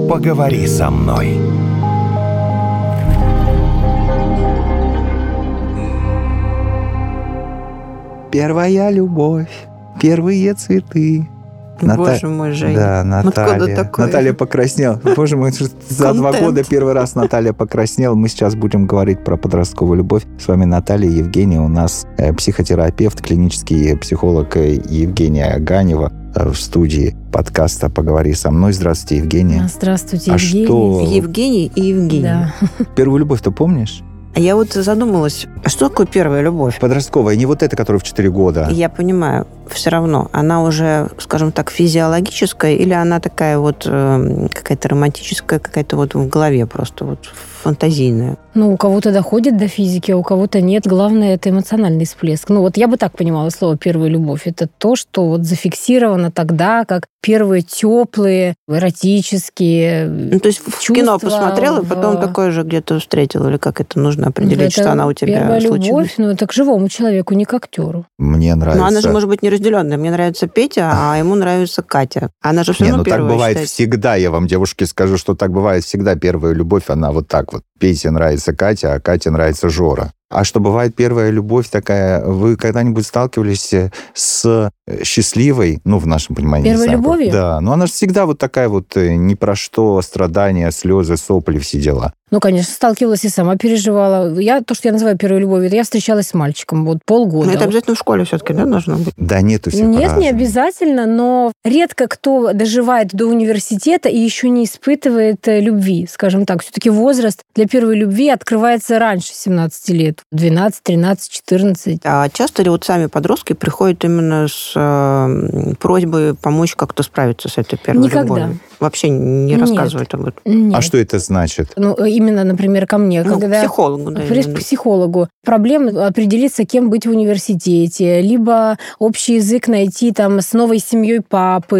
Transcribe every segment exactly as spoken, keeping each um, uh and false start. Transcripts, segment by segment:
поговори со мной. Первая любовь, первые цветы. Боже Ната... мой, Женя. Да, Наталья. Наталья покраснела. Боже мой, за два года первый раз Наталья покраснела. Мы сейчас будем говорить про подростковую любовь. С вами Наталья, Евгения. У нас психотерапевт, клинический психолог Евгения Ганева в студии подкаста «Поговори со мной». Здравствуйте, Евгения. Здравствуйте, а Евгения. Что... Евгений и Евгения. Да. Первую любовь-то помнишь? Я вот задумалась, а что такое первая любовь? Подростковая, не вот эта, которая в четыре года. Я понимаю, все равно, она уже, скажем так, физиологическая, или она такая вот э, какая-то романтическая, какая-то вот в голове просто вот фантазийная? Ну, у кого-то доходит до физики, а у кого-то нет. Главное, это эмоциональный всплеск. Ну, вот я бы так понимала слово «первая любовь». Это то, что вот зафиксировано тогда, как первые теплые, эротические ну, то есть в чувства. Кино посмотрела, и потом в... такое же где-то встретила, или как это нужно определить, это что она у тебя первая случилась? Любовь, ну, это к живому человеку, не к актеру. Мне нравится. Но она же может быть неразделенная. Мне нравится Петя, а ему нравится Катя. Она же все равно не, ну первая так бывает считается. Всегда. Я вам, девушки, скажу, что так бывает всегда. Первая любовь, она вот так вот. Пете нравится Катя, а Кате нравится Жора. А что бывает первая любовь такая, вы когда-нибудь сталкивались с счастливой, ну, в нашем понимании. Первой любовью? Да, но она же всегда вот такая вот ни про что, страдания, слезы, сопли, все дела. Ну, конечно, сталкивалась и сама переживала. Я, то, что я называю первой любовью, это я встречалась с мальчиком вот полгода. Но это обязательно в школе все-таки, да, должно быть? Да нет, у всех Нет, по-разному. не обязательно, но редко кто доживает до университета и еще не испытывает любви, скажем так. Все-таки возраст для первой любви открывается раньше семнадцати лет. двенадцать, тринадцать, четырнадцать. А часто ли вот сами подростки приходят именно с э, просьбой помочь как-то справиться с этой первой Никогда. любовью? Вообще не Нет. рассказывают об этом? Нет. А что это значит? Ну, именно, например, ко мне. Ну, когда к психологу, да. К психологу. Проблема определиться, кем быть в университете, либо общий язык найти там с новой семьей папы,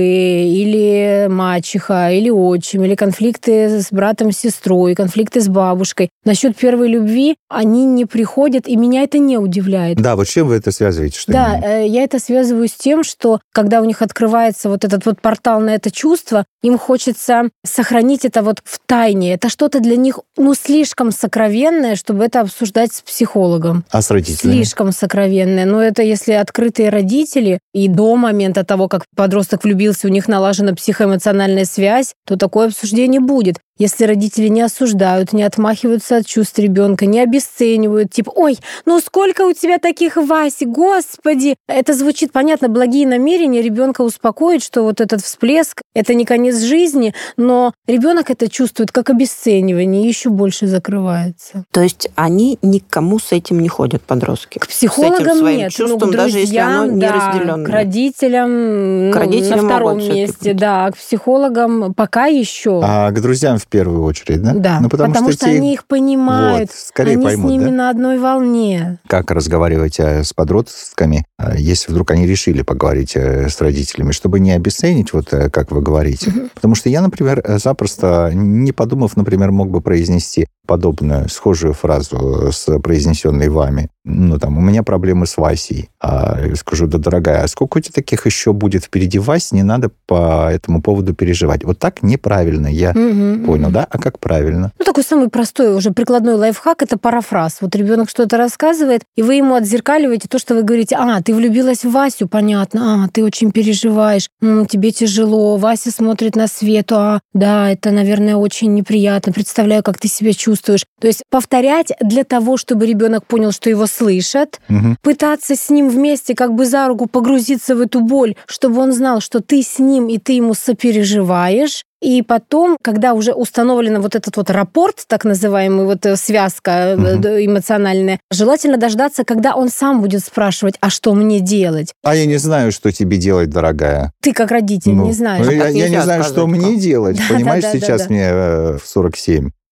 или мачеха, или отчим, или конфликты с братом, с сестрой, конфликты с бабушкой. Насчет первой любви они не приходят, и меня это не удивляет. Да, вот с чем вы это связываете? Что да, именно? я это связываю с тем, что когда у них открывается вот этот вот портал на это чувство, им хочется сохранить это вот в тайне. Это что-то для них, ну, слишком сокровенное, чтобы это обсуждать с психологом. А с родителями? Слишком сокровенное. Но это если открытые родители, и до момента того, как подросток влюбился, у них налажена психоэмоциональная связь, то такое обсуждение будет. Если родители не осуждают, не отмахиваются от чувств ребенка, не обесценивают, типа, ой, ну сколько у тебя таких Васи, господи. Это звучит, понятно, благие намерения ребенка успокоить, что вот этот всплеск — это не конец жизни, но ребенок это чувствует как обесценивание и еще больше закрывается. То есть они никому с этим не ходят, подростки? К психологам с этим своим нет. чувством, ну, к даже если оно не да, разделенное. К родителям, к ну, родителям на втором могут месте, да, к психологам пока еще. А к друзьям в первую очередь, да? Да, ну, потому, потому что, что те... они их понимают, вот, скорее они поймут, с ними да? на одной волне. Как разговаривать с подростками, если вдруг они решили поговорить с родителями, чтобы не обесценить, вот как вы говорите. Mm-hmm. Потому что я, например, запросто, не подумав, например, мог бы произнести подобную, схожую фразу с произнесенной вами. Ну, там, у меня проблемы с Васей. А я скажу, да, дорогая, а сколько у тебя таких еще будет впереди, Вась? Не надо по этому поводу переживать. Вот так неправильно, я mm-hmm. понял, да? А как правильно? Ну, такой самый простой, уже прикладной лайфхак — это парафраз. Вот ребенок что-то рассказывает, и вы ему отзеркаливаете то, что вы говорите. А, ты влюбилась в Васю, понятно. А, ты очень переживаешь. М, тебе тяжело. Вася смотрит на Свету. А, да, это, наверное, очень неприятно. Представляю, как ты себя чувствуешь. То есть повторять для того, чтобы ребенок понял, что его слышат, угу. пытаться с ним вместе как бы за руку погрузиться в эту боль, чтобы он знал, что ты с ним и ты ему сопереживаешь. И потом, когда уже установлена вот этот вот рапорт, так называемый, вот связка uh-huh. эмоциональная, желательно дождаться, когда он сам будет спрашивать, а что мне делать? А я не знаю, что тебе делать, дорогая. Ты как родитель ну, не знаешь. Ну, я, я не знаю, сказать, что как? мне делать. Да, Понимаешь, да, да, сейчас да, да. мне э, сорок семь.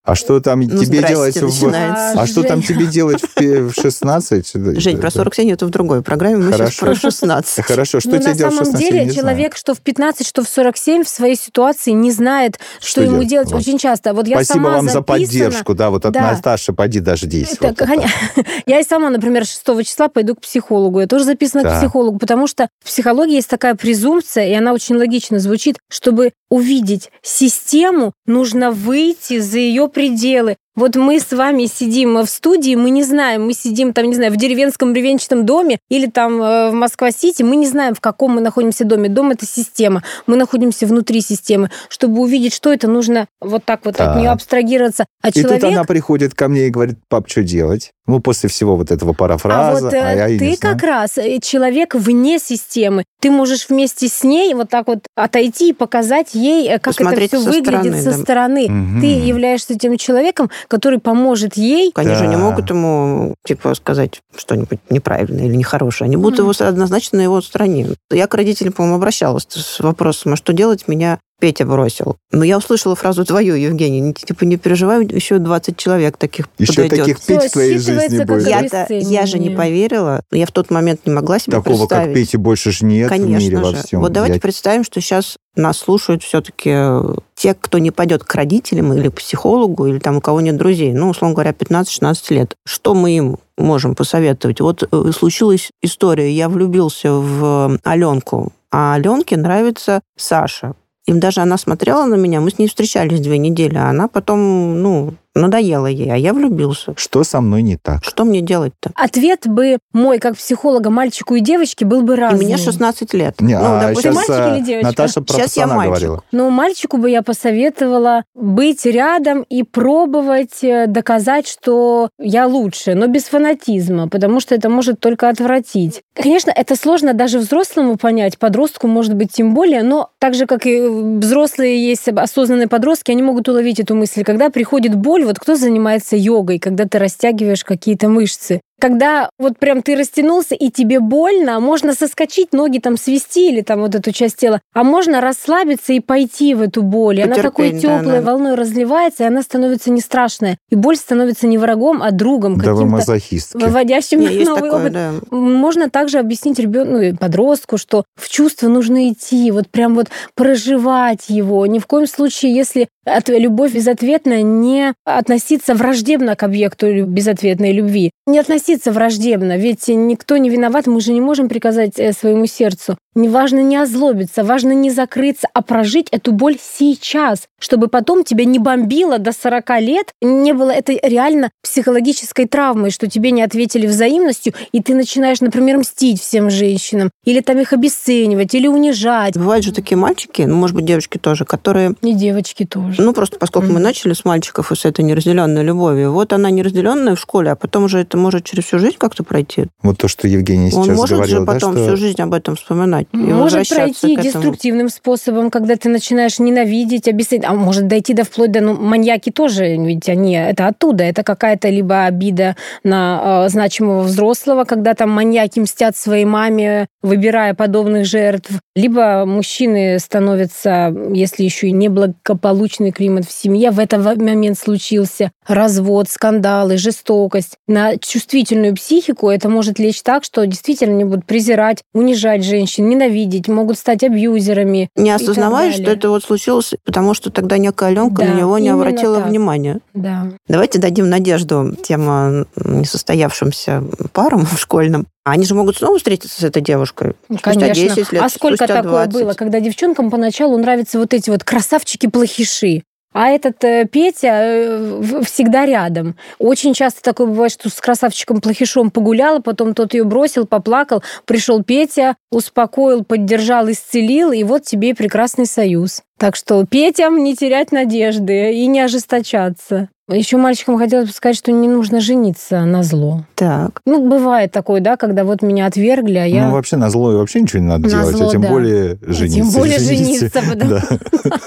А что там Ну, тебе делать в... начинается. А что там тебе делать в шестнадцать? Жень, про сорок семь это в другой программе, мы сейчас про шестнадцать. Хорошо, что Но тебе на делать в самом шестнадцать? деле человек, что в пятнадцать, что в сорок семь, в своей ситуации не знает, что, Что ему делать? делать Вот. очень часто. Вот я Спасибо сама вам за записана- поддержку. Да, вот от Да. Наташи поди дождись. Это, Вот это. коня- Я и сама, например, шестого числа пойду к психологу. Я тоже записана Да. к психологу, потому что в психологии есть такая презумпция, и она очень логично звучит, чтобы увидеть систему, нужно выйти за ее пределы. Вот мы с вами сидим в студии, мы не знаем, мы сидим там, не знаю, в деревенском бревенчатом доме или там э, в Москва-Сити, мы не знаем, в каком мы находимся доме. Дом — это система, мы находимся внутри системы. Чтобы увидеть, что это, нужно вот так вот Так. от нее абстрагироваться. А И человек... тут она приходит ко мне и говорит: пап, что делать? Ну, после всего вот этого парафраза. А вот а э, я и не ты знаю. как раз э, человек вне системы. Ты можешь вместе с ней вот так вот отойти и показать ей, э, как Посмотреть это все со выглядит стороны, со да. стороны. Мгм. Ты являешься тем человеком, который поможет ей. Они же не Да. могут ему, типа, сказать что-нибудь неправильное или нехорошее. Они будут Мгм. его однозначно на его стороне. Я к родителям, по-моему, обращалась с вопросом: а что делать, меня Петя бросил. Но я услышала фразу твою, Евгений, не- типа, не переживай, еще двадцать человек таких Еще подойдет. таких Всё, Петь в твоей считывается жизни как будет. Я-то, я же не обесценивание. поверила. Я в тот момент не могла себе Такого, как представить. Пети, больше же нет Конечно в мире во же. всем. Вот давайте Я- представим, что сейчас нас слушают все-таки те, кто не пойдет к родителям или к психологу, или там у кого нет друзей, ну, условно говоря, пятнадцать-шестнадцать лет. Что мы им можем посоветовать? Вот э, случилась история. Я влюбился в Аленку, а Аленке нравится Саша. И даже она смотрела на меня, мы с ней встречались две недели, а она потом, ну, надоела ей, а я влюбился. Что со мной не так? Что мне делать-то? Ответ бы мой, как психолога, мальчику и девочке, был бы И разный. мне шестнадцать лет. Не, ну, а допустим, сейчас мальчик а, или девочка? Наташа про Сейчас я пацана мальчик. говорила. Но мальчику бы я посоветовала быть рядом и пробовать э, доказать, что я лучше, но без фанатизма, потому что это может только отвратить. Конечно, это сложно даже взрослому понять, подростку, может быть, тем более, но так же, как и взрослые есть осознанные подростки, они могут уловить эту мысль. Когда приходит боль, вот кто занимается йогой, когда ты растягиваешь какие-то мышцы, когда вот прям ты растянулся, и тебе больно, можно соскочить, ноги там свести или там вот эту часть тела, а можно расслабиться и пойти в эту боль. И она такой Потерпеть, да, теплой да. волной разливается, и она становится не страшная. И боль становится не врагом, а другом, Да вы каким-то мазохистки. выводящим Не, есть новый такое, опыт. да. Можно также объяснить ребенку, ну, и подростку, что в чувство нужно идти, вот прям вот проживать его. Ни в коем случае, если от- любовь безответная, не относиться враждебно к объекту лю- безответной любви. Не относиться враждебно, ведь никто не виноват, мы же не можем приказать э, своему сердцу. Не важно не озлобиться, важно не закрыться, а прожить эту боль сейчас, чтобы потом тебя не бомбило до сорока лет, не было это реально психологической травмой, что тебе не ответили взаимностью, и ты начинаешь, например, мстить всем женщинам, или там их обесценивать, или унижать. Бывают же такие мальчики, ну, может быть, девочки тоже, которые, И девочки тоже. ну, просто поскольку мы Мгм. начали с мальчиков и с этой неразделенной любовью, вот она неразделенная в школе, а потом же это может через всю жизнь как-то пройти. Вот то, что Евгений Он сейчас может говорил, же да, потом что... всю жизнь об этом вспоминать и Может возвращаться пройти к этому. деструктивным способом, когда ты начинаешь ненавидеть, обесценивать. А может дойти до вплоть до... Ну, маньяки тоже, ведь они... Это оттуда. Это какая-то либо обида на э, значимого взрослого, когда там маньяки мстят своей маме, выбирая подобных жертв. Либо мужчины становятся, если еще и неблагополучный климат в семье, в этот момент случился развод, скандалы, жестокость. На чувствительную психику это может лечь так, что действительно они будут презирать, унижать женщин, ненавидеть, могут стать абьюзерами. Не и так осознавая, что далее. это вот случилось, потому что тогда некая Аленка Да, на него не именно обратила так. внимания. Да. Давайте дадим надежду тем э, несостоявшимся парам школьным. Они же могут снова встретиться с этой девушкой. Спустя Конечно. десять лет, а сколько спустя такое двадцать. было, когда девчонкам поначалу нравятся вот эти вот красавчики-плохиши, а этот э, Петя э, в- всегда рядом. Очень часто такое бывает, что с красавчиком-плохишом погуляла, потом тот ее бросил, поплакал, пришел Петя, успокоил, поддержал, исцелил, и вот тебе и прекрасный союз. Так что Петям не терять надежды и не ожесточаться. Еще мальчикам хотелось бы сказать, что не нужно жениться на зло. Так. Ну, бывает такое, да, когда вот меня отвергли, а я... Ну, вообще на зло вообще ничего не надо На делать, зло, а тем да. более жениться. Тем более Извините. жениться, потому- Да.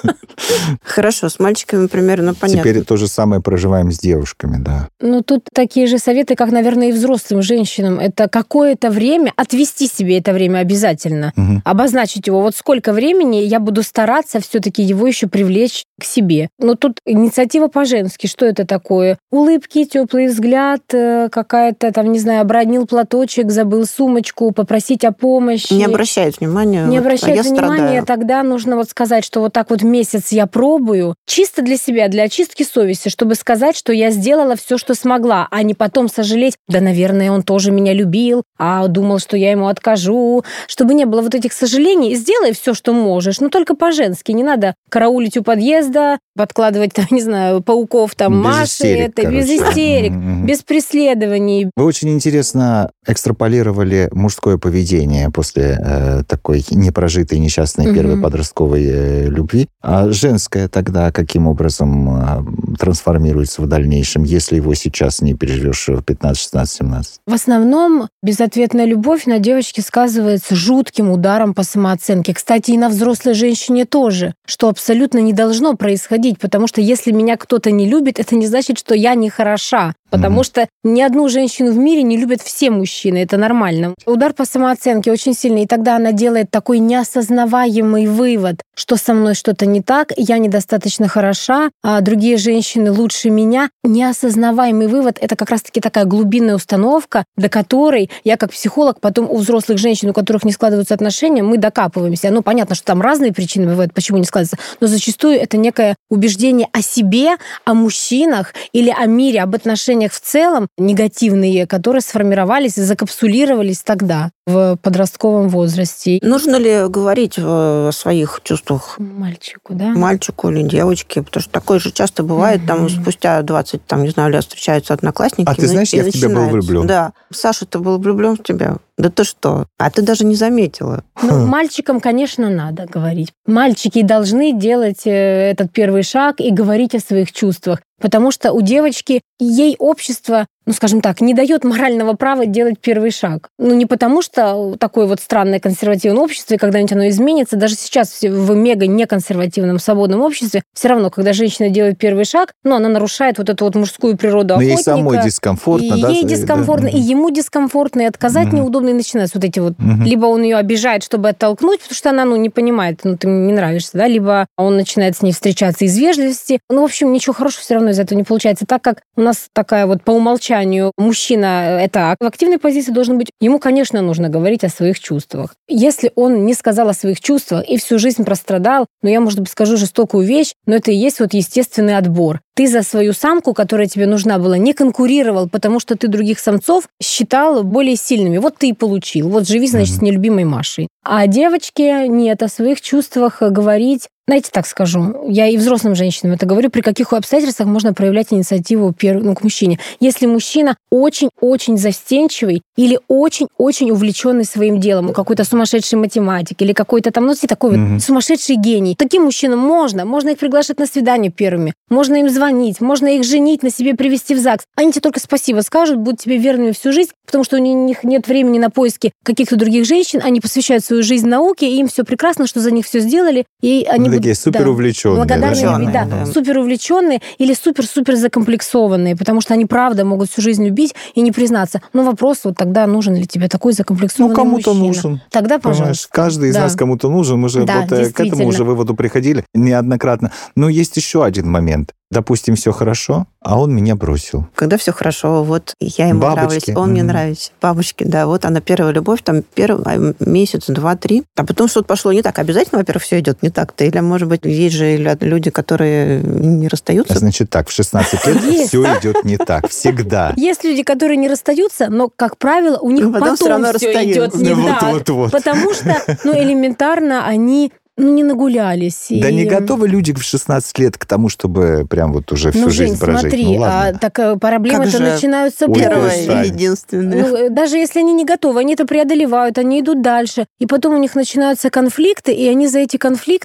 Хорошо, с мальчиками примерно понятно. Теперь то же самое проживаем с девушками, да. Ну, тут такие же советы, как, наверное, и взрослым женщинам. Это какое-то время, отвести себе это время обязательно, Угу. обозначить его. Вот сколько времени я буду стараться все-таки его еще привлечь к себе. Но тут инициатива по-женски. Что это такое? Улыбки, теплый взгляд, э, какая-то там, не знаю, обронил платочек, забыл сумочку, попросить о помощи. Не обращает внимания. Не вот, обращает а я внимания, страдаю. тогда нужно вот сказать, что вот так вот месяц я пробую, чисто для себя, для очистки совести, чтобы сказать, что я сделала все, что смогла, а не потом сожалеть, да, наверное, он тоже меня любил, а думал, что я ему откажу, чтобы не было вот этих сожалений. Сделай все, что можешь, но только по-женски, не надо караулить у подъезда, подкладывать, там, не знаю, пауков там Без Маши, истерик, это, без короче. истерик, Мгм. без преследований. Вы очень интересно экстраполировали мужское поведение после э, такой непрожитой, несчастной Мгм. первой подростковой э, любви. А женское тогда каким образом э, трансформируется в дальнейшем, если его сейчас не переживешь в пятнадцать, шестнадцать, семнадцать? В основном безответная любовь на девочке сказывается жутким ударом по самооценке. Кстати, и на взрослой женщине тоже, что абсолютно не должно происходить, потому что если меня кто-то не любит, это не значит, что я не хороша. Потому Мгм. что ни одну женщину в мире не любят все мужчины, это нормально. Удар по самооценке очень сильный, и тогда она делает такой неосознаваемый вывод, что со мной что-то не так, я недостаточно хороша, а другие женщины лучше меня. Неосознаваемый вывод — это как раз-таки такая глубинная установка, до которой я как психолог потом у взрослых женщин, у которых не складываются отношения, мы докапываемся. Ну, понятно, что там разные причины бывают, почему не складывается, но зачастую это некое убеждение о себе, о мужчинах или о мире, об отношениях в целом негативные, которые сформировались и закапсулировались тогда, в подростковом возрасте. Нужно ли говорить о своих чувствах Мальчику, да? мальчику или девочке? Потому что такое же часто бывает, там Мгм. спустя двадцать, там, не знаю, лет встречаются одноклассники. А ты ну, знаешь, и я в тебя был начинается. влюблен. Да. Саша-то был влюблен в тебя. Да ты что? А ты даже не заметила. Ну, Хм. мальчикам, конечно, надо говорить. Мальчики должны делать э, этот первый шаг и говорить о своих чувствах. Потому что у девочки, ей общество, ну, скажем так, не дает морального права делать первый шаг. Ну, не потому что такое вот странное консервативное общество, и когда-нибудь оно изменится. Даже сейчас в мега неконсервативном свободном обществе все равно, когда женщина делает первый шаг, ну, она нарушает вот эту вот мужскую природу Но ей охотника. самой дискомфортно, и да? ей за- дискомфортно, да. и ему дискомфортно, и отказать Мгм. неудобно, и начинаются вот эти вот. Мгм. Либо он ее обижает, чтобы оттолкнуть, потому что она, ну, не понимает, ну, ты мне не нравишься, да, либо он начинает с ней встречаться из вежливости. Ну, в общем, ничего хорошего все равно из этого не получается. Так как у нас такая вот по умолчанию мужчина это в активной позиции должен быть, ему, конечно, нужно говорить о своих чувствах. Если он не сказал о своих чувствах и всю жизнь прострадал, ну, я, может быть, скажу жестокую вещь, но это и есть вот естественный отбор. Ты за свою самку, которая тебе нужна была, не конкурировал, потому что ты других самцов считал более сильными. Вот ты и получил. Вот живи, значит, с нелюбимой Машей. А девочке нет, о своих чувствах говорить. Знаете, так скажу, я и взрослым женщинам это говорю, при каких обстоятельствах можно проявлять инициативу перв- ну, к мужчине. Если мужчина очень-очень застенчивый или очень-очень увлеченный своим делом, какой-то сумасшедший математик или какой-то там, ну, такой вот Мгм. сумасшедший гений, таким мужчинам можно. Можно их приглашать на свидание первыми, можно им звонить, можно их женить, на себе привести в ЗАГС. Они тебе только спасибо скажут, будут тебе верными всю жизнь, потому что у них нет времени на поиски каких-то других женщин, они посвящают свою жизнь науке, и им все прекрасно, что за них все сделали, и они Ну, такие супер да, увлеченные. благодарные, да? любви, да, Да. супер увлеченные или супер-супер закомплексованные, потому что они правда могут всю жизнь любить и не признаться. Но вопрос вот тогда, нужен ли тебе такой Ну, закомплексованный кому-то мужчина? нужен. Тогда, Понимаешь, пожалуйста. каждый из Да. нас кому-то нужен. Мы же Да, вот э, к этому действительно. уже выводу приходили неоднократно. Но есть еще один момент. Допустим, все хорошо, а он меня бросил. Когда все хорошо, вот я ему Бабочки. нравлюсь, он мне Мгм. нравится. Бабочки, да, вот она первая любовь, там первый месяц, два, три. А потом что-то пошло не так. Обязательно, во-первых, все идет не так-то. Или, может быть, есть же люди, которые не расстаются. Значит так, в шестнадцать лет Есть. все идет не так. Всегда. Есть люди, которые не расстаются, но, как правило, у них Ну, потом потом, всё равно все расстаются. идет не Ну, вот, так. вот, вот. Потому что, ну, элементарно они ну, не нагулялись. Да и... не готовы люди в шестнадцать лет к тому, чтобы прям вот уже всю Ну, жизнь Жень, прожить. смотри, Ну, ладно. а, так э, проблемы-то Как же начинаются Ой, позже. Первое перестань. и единственное. Ну, э, даже если они не готовы, они это преодолевают, они идут дальше. И потом у них начинаются конфликты, и они за эти конфликты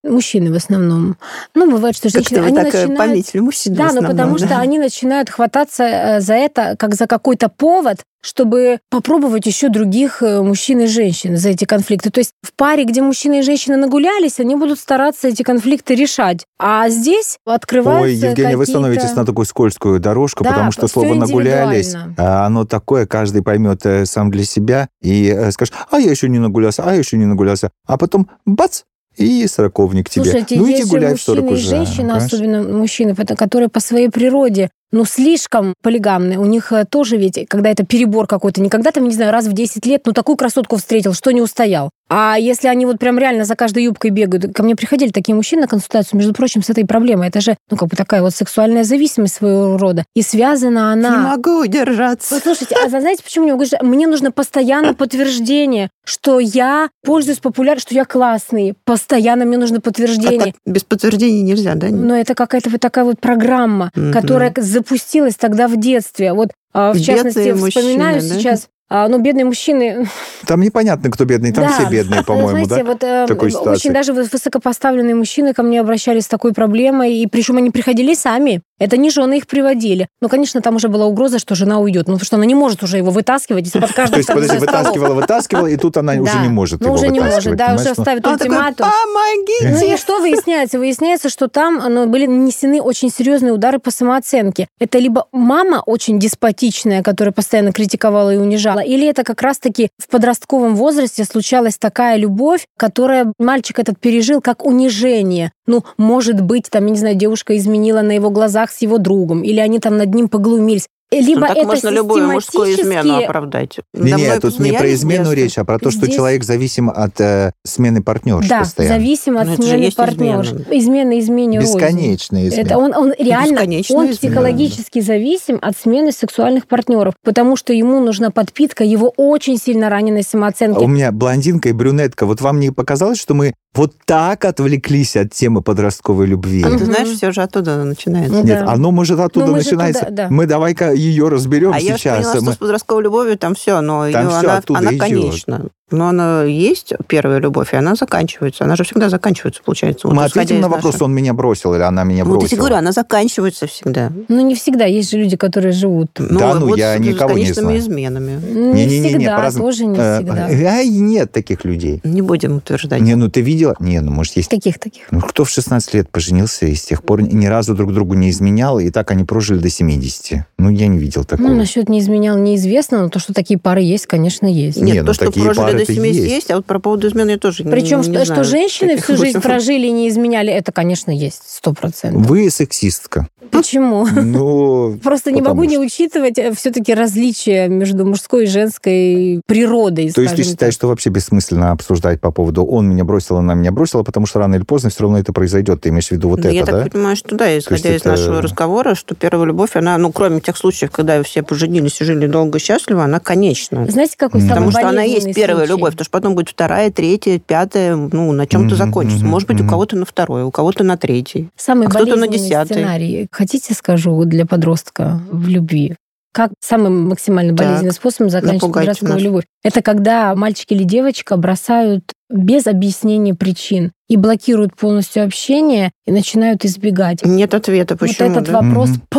Мужчины в основном. Ну, бывает, что женщины... Как-то вы они так начинают... пометили мужчин Да, в основном, но потому да. что они начинают хвататься за это как за какой-то повод, чтобы попробовать еще других мужчин и женщин за эти конфликты. То есть в паре, где мужчина и женщина нагулялись, они будут стараться эти конфликты решать. А здесь открываются Ой, Евгения, какие-то... вы становитесь на такую скользкую дорожку, Да, потому что всё слово «нагулялись», индивидуально. оно такое, каждый поймет сам для себя и скажет, а я еще не нагулялся, а я еще не нагулялся. А потом бац, и сороковник тебе. Слушайте, ну иди есть гуляй же в сорок мужчины и уже. женщины, Понимаешь? особенно мужчины, которые по своей природе ну, слишком полигамные. У них тоже ведь, когда это перебор какой-то, не когда там, не знаю, раз в десять лет, ну, такую красотку встретил, что не устоял. А если они вот прям реально за каждой юбкой бегают... Ко мне приходили такие мужчины на консультацию, между прочим, с этой проблемой. Это же, ну, как бы такая вот сексуальная зависимость своего рода. И связана она... Не могу удержаться. Вы слушайте, а знаете, почему мне говорят, мне нужно постоянно подтверждение, что я пользуюсь популярностью, что я классный. Постоянно мне нужно подтверждение. А так без подтверждения нельзя, да? Но это какая-то вот такая вот программа, Мгм. которая запустилась тогда в детстве. Вот, а, в Бедные частности, мужчины, вспоминаю да? сейчас, а, ну, бедные мужчины... Там непонятно, кто бедный, там Да. все бедные, по-моему, Знаете, да? вот э, такой очень ситуации. даже высокопоставленные мужчины ко мне обращались с такой проблемой, и причем они приходили сами. Это не жены их приводили. Ну, конечно, там уже была угроза, что жена уйдет. Ну, потому что она не может уже его вытаскивать из-под То каждого есть, подожди, вытаскивала, вытаскивала, и тут она уже Да. не может Ну, его уже не вытаскивать. может, да, понимаешь? уже Ну, ставит Он такой, ультиматум. помогите! Ну и что выясняется? Выясняется, что там ну, были нанесены очень серьезные удары по самооценке. Это либо мама очень деспотичная, которая постоянно критиковала и унижала, или это как раз-таки в подростковом возрасте случалась такая любовь, которая мальчик этот пережил как унижение. Ну, может быть, там, я не знаю, девушка изменила на его глазах с его другом, или они там над ним поглумились. Либо Ну, так это можно любую мужскую измену систематически- оправдать. Не, Да не, мной тут не про посмеялись измену детства. речь, а про то, что Здесь- человек зависим от э, смены партнерши Да, постоянно. зависим от Ну, это же смены есть партнерш. измена. Измена измене рознь. Бесконечная измена. Это он, он реально, Бесконечная он измена, психологически зависим от смены сексуальных партнеров, потому что ему нужна подпитка его очень сильно раненой самооценки. А у меня блондинка и брюнетка. Вот вам не показалось, что мы вот так отвлеклись от темы подростковой любви? А ты Мгм. знаешь, все же оттуда начинается. Ну, Нет, да. оно может оттуда Ну, мы же начинается. туда- да. Мы давай-ка ее разберем А я же сейчас. поняла, что Мы- с подростковой любовью там все, но Там её всё она, оттуда она идёт. конечно. Но она есть первая любовь, и она заканчивается. Она же всегда заканчивается, получается. Вот Мы исходя ответим из на вопрос, нашего- он меня бросил или она меня Вот я бросила. тебе говорю, она заканчивается всегда. Ну, не всегда. Есть же люди, которые живут. Да, ну, вот я с никого не бесконечными знаю. изменами. Не Не-не-не, всегда, по-разному. тоже не Э, всегда. Ай, нет таких людей. Не будем утверждать. Не, ну ты видела? Не, ну может есть... Таких, таких. Ну кто в шестнадцать лет поженился и с тех пор ни разу друг другу не изменял, и так они прожили до семидесяти? Ну я не видел такого. Ну, насчет не изменял, неизвестно, но то, что такие пары есть, конечно, есть. Нет, Не, ну, то, что такие прожили пары-то до семидесяти есть. есть, а вот про поводу измены я тоже не- Причем, не что, знаю. что женщины Таких всю жизнь вот- прожили и не изменяли, это, конечно, есть, сто процентов. Вы сексистка. Почему? Ну, Просто не потому могу не что. учитывать все-таки различия между мужской и женской природой, То есть ты скажем считаешь, так. что вообще бессмысленно обсуждать по поводу «он меня бросил, она меня бросила», потому что рано или поздно все равно это произойдет. Ты имеешь в виду вот Ну, это, я да? так понимаю, что да, исходя есть из это- нашего разговора, что первая любовь, она, ну, кроме тех случаев, когда все поженились и жили долго и счастливо, она конечна. Знаете, какой Мгм. самый Потому что она болезненный есть первая случай? любовь, потому что потом будет вторая, третья, пятая, ну, на чем-то Мгм, закончится. мгм, Может быть, у мгм. кого-то на второй, у кого-то на третий. Самый а кто-то на болезненный десятый. сценарий. Хотите, скажу, для подростка в любви? Как самый максимально Так, болезненный способ заканчивать напугайте подростковую нас. любовь? Это когда мальчик или девочка бросают без объяснения причин и блокируют полностью общение и начинают избегать. Нет ответа, почему. вот этот да? вопрос, Мгм.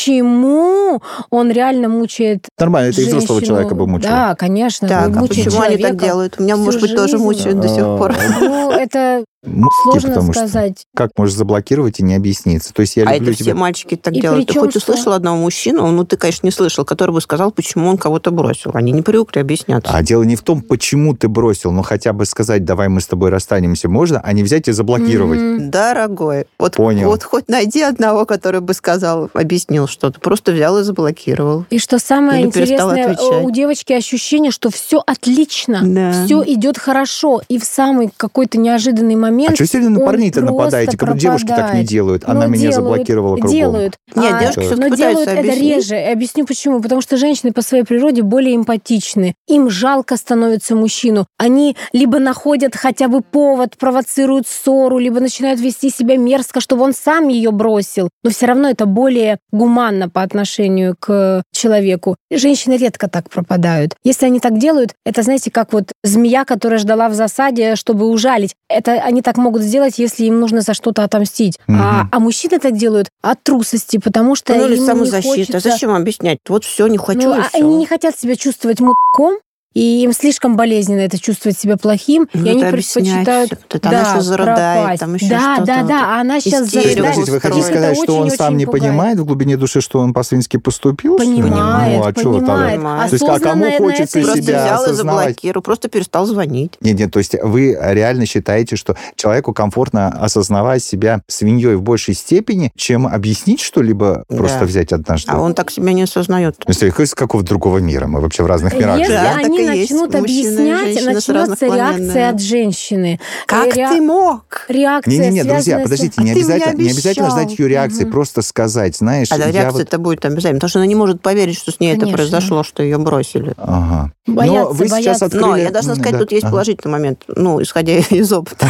почему он реально мучает Нормально, это и взрослого женщину? человека бы мучило. Да, конечно. Так, а мучает почему они так человека. делают? Меня, всю может быть, тоже жизнь. мучают до сих пор. Ну, это Муки, сложно потому что сказать. как можешь заблокировать и не объясниться? То есть я А люблю это тебя... все мальчики так И делают. Ты причем, хоть услышал что- одного мужчину, ну, ты, конечно, не слышал, который бы сказал, почему он кого-то бросил. Они не привыкли объясняться. А дело не в том, почему ты бросил, но хотя бы сказать, давай мы с тобой расстанемся, можно, а не взять и заблокировать. Мгм. Дорогой, вот, Понял. вот хоть найди одного, который бы сказал, объяснил что-то. Просто взял и заблокировал. И что самое Или перестал интересное, отвечать. у девочки ощущение, что все отлично, Да. все идет хорошо, и в самый какой-то неожиданный момент А что сильно на он парней-то просто нападаете? Когда девушки так не пропадает. делают. Она Ну, меня делают, заблокировала кругом. Делают. Нет, А, девушки это- все-таки но пытаются делают это объяснить. реже. И объясню почему. Потому что женщины по своей природе более эмпатичны. Им жалко становится мужчину. Они либо находят находят хотя бы повод, провоцируют ссору, либо начинают вести себя мерзко, чтобы он сам ее бросил. Но все равно это более гуманно по отношению к человеку. Женщины редко так пропадают. Если они так делают, это, знаете, как вот змея, которая ждала в засаде, чтобы ужалить. Это они так могут сделать, если им нужно за что-то отомстить. Угу. А, а мужчины так делают от трусости, потому что ну, или им самозащита. не хочется... Зачем объяснять? Вот все, не хочу, ну, и а все. Они не хотят себя чувствовать мудаком, и им слишком болезненно это чувствовать себя плохим, ну, и они предпочитают все. Да, она еще зарыдает, там еще да, что-то. Да, да, да, она сейчас зарыдает. Подождите, вы хотите сказать, что он сам не пугает. Понимает в глубине души, что он по-свински поступил? Понимает, ну, а понимает. понимает. То есть, а кому хочется просто себя взял осознавать? И заблокировал, просто перестал звонить. Нет, нет, то есть вы реально считаете, что человеку комфортно осознавать себя свиньей в большей степени, чем объяснить что-либо, да. просто взять однажды? А он так себя не осознает. То есть, из какого-то другого мира? Мы вообще в разных мирах Если живем. они начнут объяснять, начнется реакция от женщины. Как Ре... ты мог? Реакция Не, не, не, друзья, подождите, а не, обязательно, не не обязательно ждать ее реакции, угу. просто сказать, знаешь... А реакция-то вот... будет обязательно, потому что она не может поверить, что с ней Конечно. Это произошло, что ее бросили. Ага. Боятся, Но вы боятся. сейчас открыли... Но я должна сказать, да. тут есть ага. положительный момент, ну, исходя из опыта.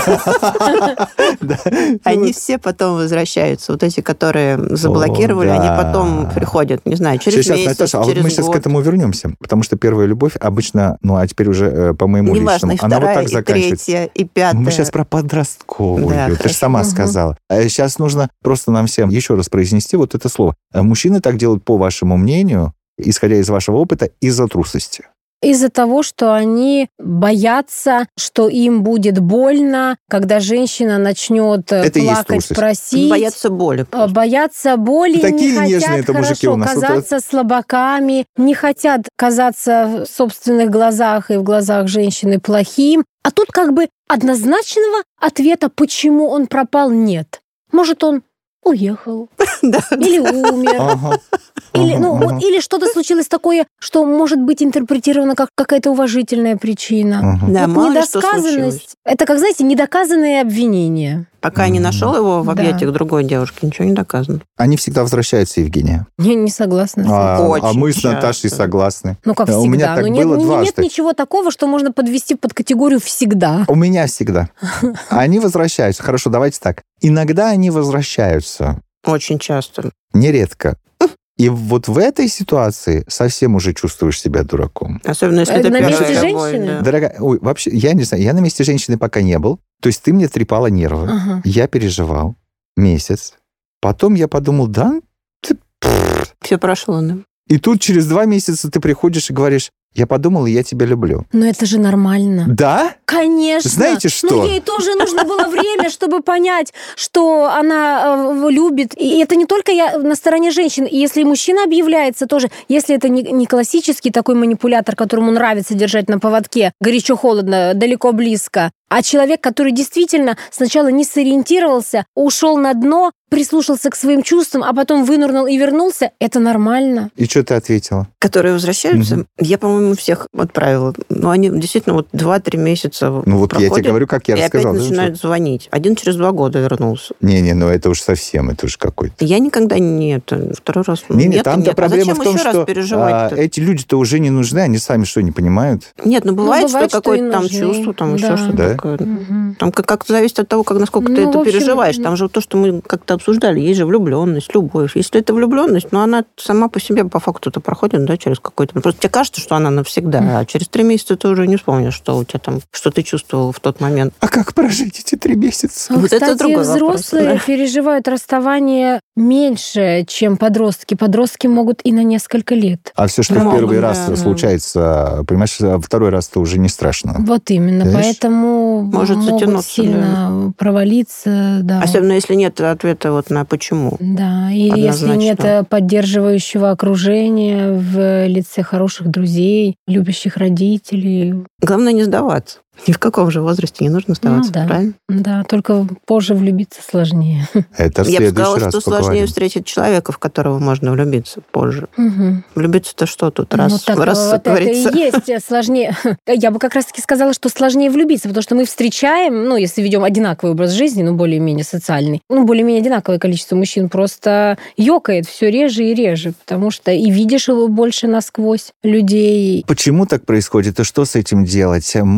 Они все потом возвращаются. Вот эти, которые заблокировали, они потом приходят, не знаю, через месяц, через год. А вот мы сейчас к этому вернемся, потому что первая любовь обычно, ну, а теперь уже по моему личному, она вот так заканчивается. И третья, и пятая. Мы сейчас про подростковую, да, ты же сама угу. сказала. Сейчас нужно просто нам всем еще раз произнести вот это слово. Мужчины так делают, по вашему мнению, исходя из вашего опыта, из-за трусости. Из-за того, что они боятся, что им будет больно, когда женщина начнет это плакать, просить. Боятся боли. Просто. Боятся боли, такие не хотят это хорошо у нас. казаться вот... слабаками, не хотят казаться в собственных глазах и в глазах женщины плохим. А тут как бы однозначного ответа, почему он пропал, нет. Может, он уехал или умер. Или, ну, uh-huh. вот, или что-то случилось такое, что может быть интерпретировано как какая-то уважительная причина. Uh-huh. Да, вот недосказанность. Это, как, знаете, недоказанные обвинения. Пока uh-huh. не нашел его в объятиях да. другой девушки, ничего не доказано. Они всегда возвращаются, Евгения. Я не согласна. А, а мы с Наташей согласны. Ну, как всегда. У меня так ну, было нет, дважды. Нет ничего такого, что можно подвести под категорию «всегда». У меня всегда. Они возвращаются. Хорошо, давайте так. Иногда они возвращаются. Очень часто. Нередко. И вот в этой ситуации совсем уже чувствуешь себя дураком. Особенно, если это на месте любовь, женщины? да. Дорогая, ой, вообще, я не знаю, я на месте женщины пока не был. То есть ты мне трепала нервы. Ага. Я переживал месяц. Потом я подумал, да, ты... Все прошло, да. И тут через два месяца ты приходишь и говоришь, я подумала, я тебя люблю. Но это же нормально. Да? Конечно. Знаете что? Но ей тоже нужно было время, чтобы понять, что она любит. И это не только я на стороне женщин. И если мужчина объявляется тоже, если это не классический такой манипулятор, которому нравится держать на поводке, горячо-холодно, далеко-близко, а человек, который действительно сначала не сориентировался, ушел на дно, прислушался к своим чувствам, а потом вынырнул и вернулся, это нормально. И что ты ответила? Которые возвращаются, mm-hmm. я, по-моему, всех отправила. Но они действительно вот два-три месяца Ну вот проходят, я тебе говорю, как я и рассказал. И опять начинают что? звонить. Один через два года вернулся. Не-не, ну это уж совсем, это уж какой-то. Я никогда не это, второй раз. Не-не, там-то нет. проблема а в том, что а, эти люди-то уже не нужны, они сами что, не понимают? Нет, ну бывает, ну, бывает что, что какое-то там нужны. чувство, там да. еще что-то да? такое. Угу. Там как-то зависит от того, как, насколько ну, ты это общем, переживаешь. Там же то, что мы как-то обсуждали, есть же влюбленность, любовь. Если это влюбленность, ну она сама по себе по факту-то проходит, да, через какой-то... Просто тебе кажется, что она навсегда, mm. а через три месяца ты уже не вспомнишь, что у тебя там, что ты чувствовал в тот момент. А как прожить эти три месяца? Ну, вот кстати, это другой взрослые вопрос, да. переживают расставание меньше, чем подростки. Подростки могут и на несколько лет. А все, что ну, в первый да, раз да. случается, понимаешь, второй раз-то уже не страшно. Вот именно, Понимаешь? Поэтому может могут затянуться, сильно да. провалиться. Да. Особенно, если нет ответа вот на почему. Да, или если нет поддерживающего окружения в лице хороших друзей, любящих родителей. Главное не сдаваться. Ни в каком же возрасте не нужно сдаваться, ну, да. правильно? Да, только позже влюбиться сложнее. Это в Я бы сказала, раз что поговорим. Сложнее встретить человека, в которого можно влюбиться позже. Угу. Влюбиться-то что тут? Раз, ну, так, раз вот это и есть сложнее. Я бы как раз-таки сказала, что сложнее влюбиться, потому что мы встречаем, ну, если ведем одинаковый образ жизни, ну, более-менее социальный, ну, более-менее одинаковое количество мужчин просто ёкает все реже и реже, потому что и видишь его больше насквозь людей. Почему так происходит и что с этим делать? Мы поговорим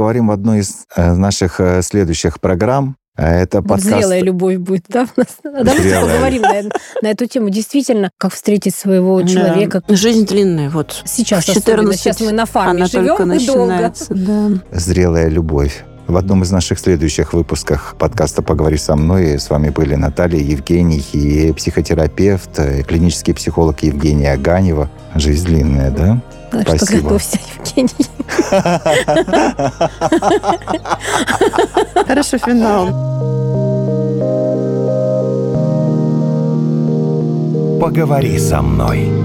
поговорим в одной из наших следующих программ. Это вот подкаст... Зрелая любовь будет, да? Давайте поговорим на, на эту тему. Действительно, как встретить своего человека. Да. Жизнь длинная, вот. Сейчас четырнадцать, сейчас мы на фарме живем и долго. Да. Зрелая любовь. В одном из наших следующих выпусках подкаста «Поговори со мной» с вами были Наталья, Евгений и психотерапевт, и клинический психолог Евгения Аганева. Жизнь длинная, да? Так Спасибо. что готовься, Евгений. Хороший финал. «Поговори со мной».